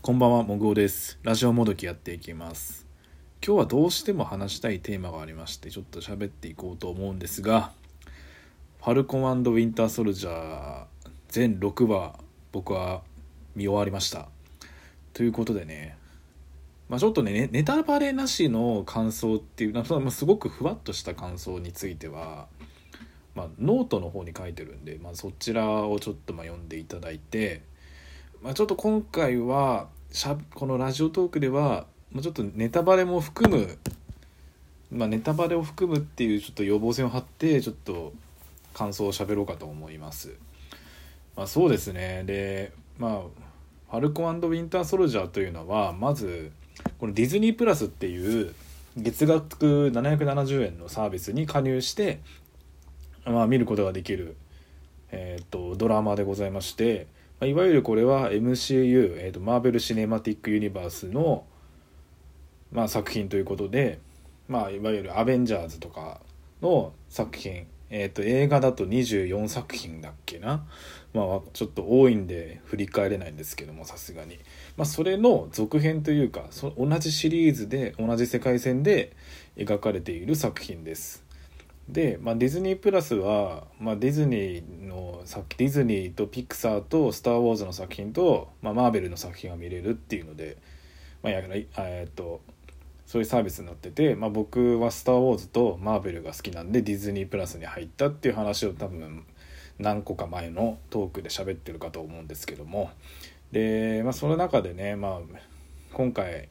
こんばんは、もぐおです。ラジオもどきやっていきます。今日はどうしても話したいテーマがありまして、ちょっと喋っていこうと思うんですが、ファルコン&ウィンターソルジャー全6話、僕は見終わりました。ということでね、ちょっとね、ネタバレなしの感想っていう、すごくふわっとした感想については、ノートの方に書いてるんで、そちらをちょっと読んでいただいて、ちょっと今回はこのラジオトークではちょっとネタバレも含む、ネタバレを含むっていうちょっと予防線を張ってちょっと感想を喋ろうかと思います。そうですね。でファルコン&ウィンターソルジャーというのは、まずこのディズニープラスっていう月額770円のサービスに加入して、見ることができる、ドラマでございまして、いわゆるこれは MCU、マーベル・シネマティック・ユニバースの、作品ということで、いわゆるアベンジャーズとかの作品、映画だと24作品だっけな、ちょっと多いんで振り返れないんですけども、さすがに、それの続編というか、同じシリーズで同じ世界線で描かれている作品です。で、ディズニープラスは、ディズニーとピクサーとスター・ウォーズの作品と、マーベルの作品が見れるっていうので、そういうサービスになってて、僕はスター・ウォーズとマーベルが好きなんでディズニープラスに入ったっていう話を多分何個か前のトークで喋ってるかと思うんですけども、で、その中でね、今回、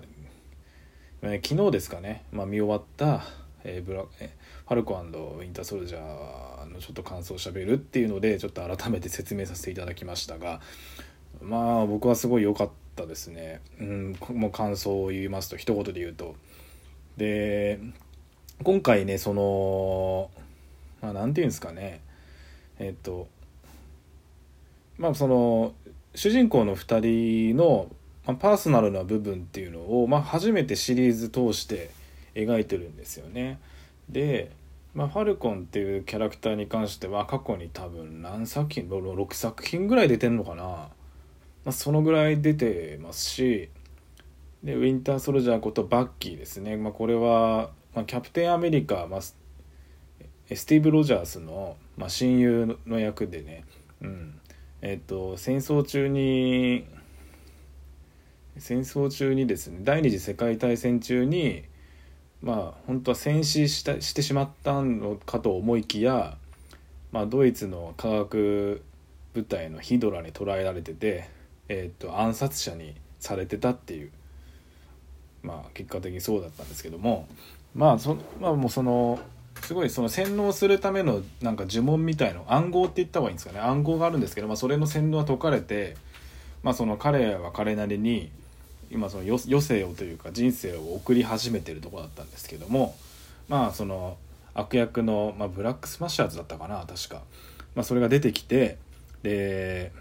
昨日ですかね、見終わったファルコン&ウィンターソルジャーのちょっと感想を喋るっていうので、ちょっと改めて説明させていただきましたが、僕はすごい良かったですね。もう感想を言いますと、一言で言うと、で今回ね、なんていうんですかね、その主人公の2人の、パーソナルな部分っていうのを、初めてシリーズ通して描いてるんですよね。で、ファルコンっていうキャラクターに関しては過去に多分何作品6作品ぐらい出てんのかな、そのぐらい出てますし、でウィンターソルジャーことバッキーですね、これは、キャプテンアメリカ、スティーブ・ロジャースの、親友の役でね、戦争中にですね、第二次世界大戦中に本当は戦死してしまったのかと思いきや、ドイツの科学部隊のヒドラに捕らえられてて、暗殺者にされてたっていう、結果的にそうだったんですけども、もうすごい洗脳するための呪文みたいな暗号って言った方がいいんですかね、暗号があるんですけど、それの洗脳は解かれて、彼は彼なりに今余生をというか人生を送り始めてるところだったんですけども、悪役の、ブラックスマッシャーズだったかな確か、それが出てきて、で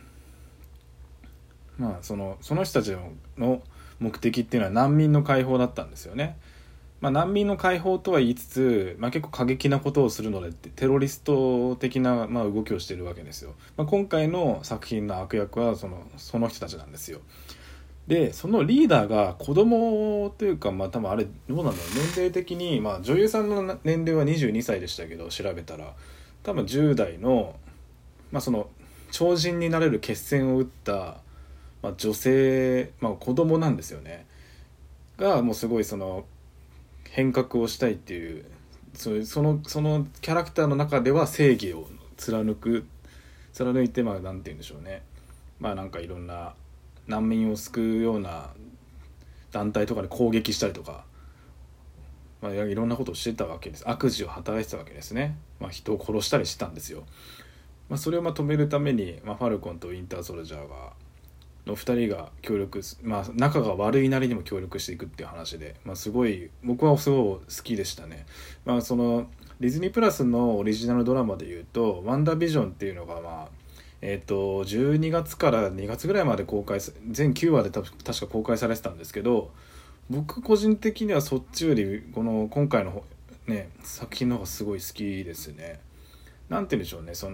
その人たちの目的っていうのは難民の解放だったんですよね。難民の解放とは言いつつ、結構過激なことをするのでテロリスト的な、動きをしているわけですよ。今回の作品の悪役はその人たちなんですよ。でそのリーダーが子供というか、多分あれどうなんだろう、年齢的に、女優さんの年齢は22歳でしたけど、調べたら多分10代の、その超人になれる決戦を打った、女性、子供なんですよね。がもうすごい変革をしたいっていう、そのキャラクターの中では正義を貫いて、なんて言うんでしょうね、いろんな難民を救うような団体とかで攻撃したりとか、いろんなことをしてたわけです。悪事を働いてたわけですね。人を殺したりしてたんですよ。それを止めるために、ファルコンとウィンターソルジャーの2人が協力、仲が悪いなりにも協力していくっていう話で、すごい僕はすごい好きでしたね。そのディズニープラスのオリジナルドラマでいうと、ワンダービジョンっていうのが12月から2月ぐらいまで全9話で確か公開されてたんですけど、僕個人的にはそっちより今回のね作品の方がすごい好きですね。なんて言うんでしょうね、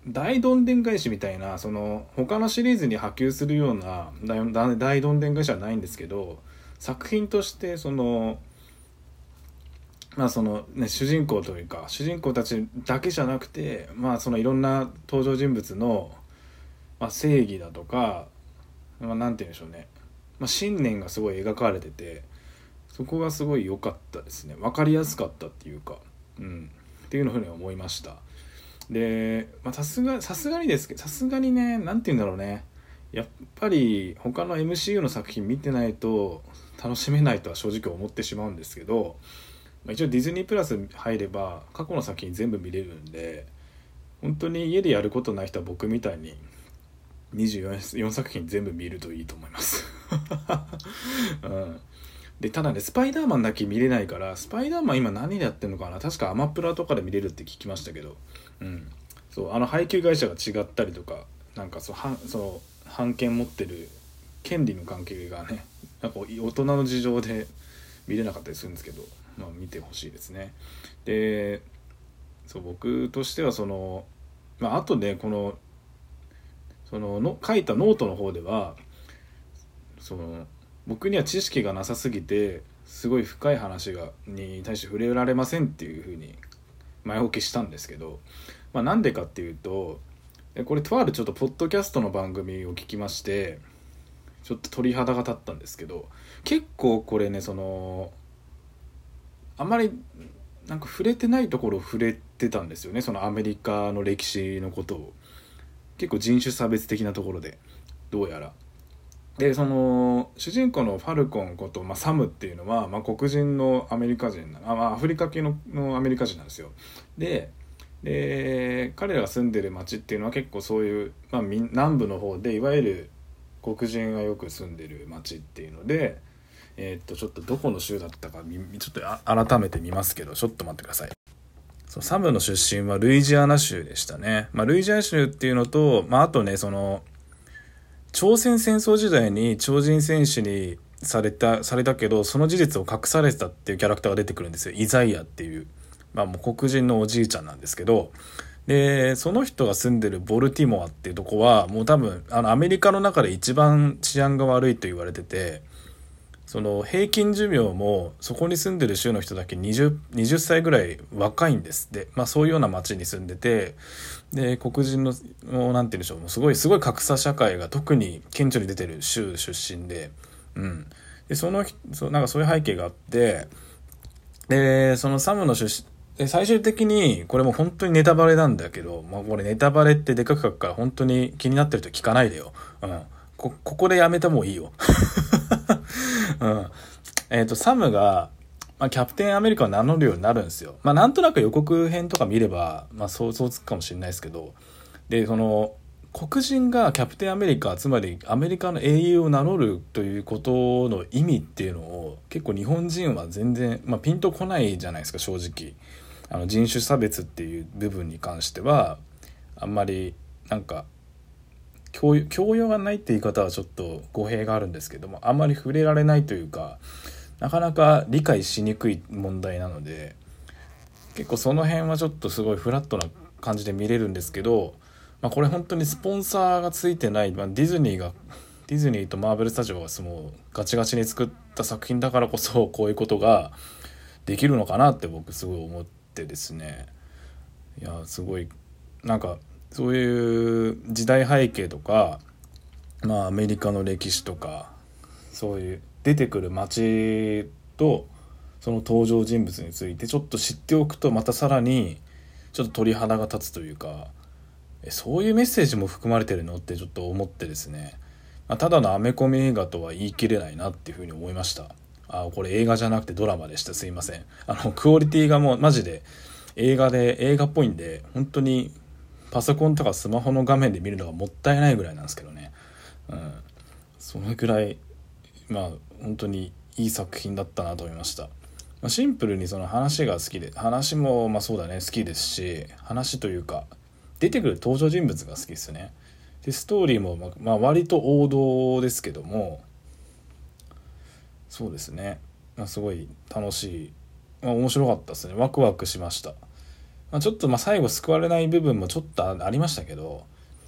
大どんでん返しみたいなその他のシリーズに波及するような大どんでん返しはないんですけど、作品としてそのそのね、主人公というか主人公たちだけじゃなくて、そのいろんな登場人物の、正義だとか、なんて言うんでしょうね、信念がすごい描かれてて、そこがすごい良かったですね。分かりやすかったっていうか、っていうのふうに思いました。で、さすがにですけど、さすがにね、なんて言うんだろうね、やっぱり他の MCU の作品見てないと楽しめないとは正直思ってしまうんですけど、一応ディズニープラス入れば過去の作品全部見れるんで、本当に家でやることない人は僕みたいに24作品全部見るといいと思います、でただね、スパイダーマンだけ見れないから、スパイダーマン今何でやってんのかな、確かアマプラとかで見れるって聞きましたけど、そう配給会社が違ったりとか、なんかそう版権持ってる権利の関係がね、なんか大人の事情で見れなかったりするんですけど、見てほしいですね。で、僕としてはあとで書いたノートの方では、僕には知識がなさすぎてすごい深い話に対して触れられませんっていう風に前置きしたんですけど、なんでかっていうと、これとあるちょっとポッドキャストの番組を聞きまして、ちょっと鳥肌が立ったんですけど、結構これね、あまりなんか触れてないところを触れてたんですよね。そのアメリカの歴史のことを結構人種差別的なところで、どうやら。で主人公のファルコンこと、サムっていうのは、黒人のアメリカ人アフリカ系のアメリカ人なんですよ。で彼らが住んでる町っていうのは結構そういう、南部の方でいわゆる黒人がよく住んでる町っていうので、ちょっとどこの州だったかちょっと改めて見ますけど、ちょっと待ってください。サムの出身はルイジアナ州でしたね。ルイジアナ州っていうのと、あとね、朝鮮戦争時代に超人戦士にされたけど、その事実を隠されてたっていうキャラクターが出てくるんですよ。イザイアっていう、もう黒人のおじいちゃんなんですけど、でその人が住んでるボルティモアっていうとこはもう多分アメリカの中で一番治安が悪いと言われてて、平均寿命もそこに住んでる州の人だけ 20歳ぐらい若いんですって。そういうような町に住んでて、で黒人のなんて言うんでしょう、もうすごい格差社会が特に顕著に出てる州出身で、でなんかそういう背景があって、でそのサムの出身で、最終的にこれも本当にネタバレなんだけど、これネタバレってでかく書くから本当に気になってると聞かないでよ。ここでやめてもいいよ。サムが、キャプテンアメリカを名乗るようになるんですよ。なんとなく予告編とか見れば、想像つくかもしれないですけど、で黒人がキャプテンアメリカ、つまりアメリカの英雄を名乗るということの意味っていうのを結構日本人は全然、ピンとこないじゃないですか、正直。人種差別っていう部分に関してはあんまりなんか教養がないって言い方はちょっと語弊があるんですけども、あんまり触れられないというか、なかなか理解しにくい問題なので、結構その辺はちょっとすごいフラットな感じで見れるんですけど、これ本当にスポンサーがついてない、ディズニーとマーベルスタジオがもうガチガチに作った作品だからこそ、こういうことができるのかなって僕すごい思ってですね。いやすごいなんかそういう時代背景とか、アメリカの歴史とか、そういう出てくる街とその登場人物についてちょっと知っておくと、またさらにちょっと鳥肌が立つというか、そういうメッセージも含まれてるのってちょっと思ってですね、ただのアメコミ映画とは言い切れないなっていうふうに思いました。これ映画じゃなくてドラマでした。すいません。クオリティがもうマジで映画っぽいんで、本当にパソコンとかスマホの画面で見るのがもったいないぐらいなんですけどね。そのくらい本当にいい作品だったなと思いました。シンプルにその話が好きで、話もそうだね、好きですし、話というか出てくる登場人物が好きですよね。でストーリーも割と王道ですけども、そうですね、すごい楽しい、面白かったですね。ワクワクしました。 ちょっと最後救われない部分もちょっとありましたけど、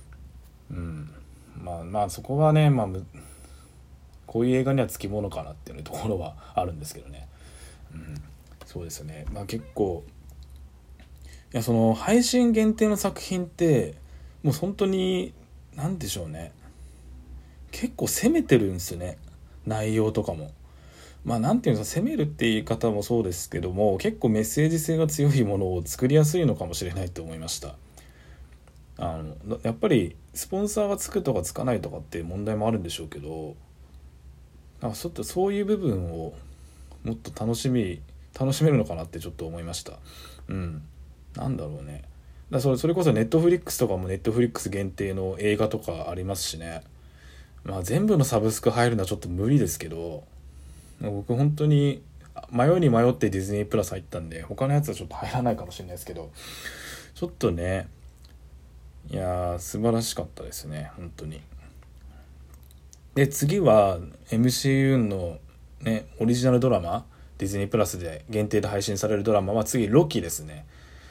そこはね、こういう映画にはつきものかなっていうところはあるんですけどね。そうですね。結構その配信限定の作品ってもう本当に何でしょうね、結構攻めてるんですよね、内容とかも。なんていうの、攻めるって言い方もそうですけども、結構メッセージ性が強いものを作りやすいのかもしれないと思いました。やっぱりスポンサーがつくとかつかないとかって問題もあるんでしょうけど、ちょっとそういう部分をもっと楽しめるのかなってちょっと思いました。なんだろうね。それこそネットフリックスとかもネットフリックス限定の映画とかありますしね。全部のサブスク入るのはちょっと無理ですけど、僕本当に迷いに迷ってディズニープラス入ったんで、他のやつはちょっと入らないかもしれないですけど、ちょっとね、いやー素晴らしかったですね、本当に。で次は MCU のねオリジナルドラマ、ディズニープラスで限定で配信されるドラマは次ロキですね。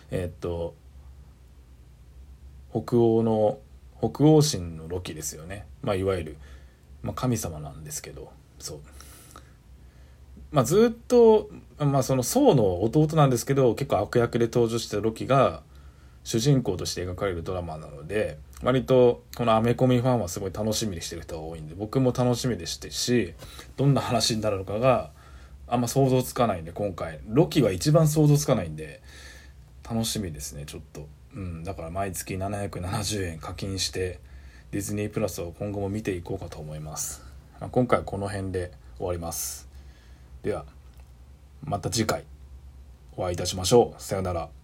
北欧神のロキですよね。いわゆる、神様なんですけど、ずっと、そのソーの弟なんですけど、結構悪役で登場したロキが主人公として描かれるドラマなので、割とこのアメコミファンはすごい楽しみにしてる人が多いんで、僕も楽しみでしたし、どんな話になるのかがあんま想像つかないんで、今回ロキは一番想像つかないんで楽しみですね、ちょっと。だから毎月770円課金してディズニープラスを今後も見ていこうかと思います。今回はこの辺で終わります。ではまた次回お会いいたしましょう。さよなら。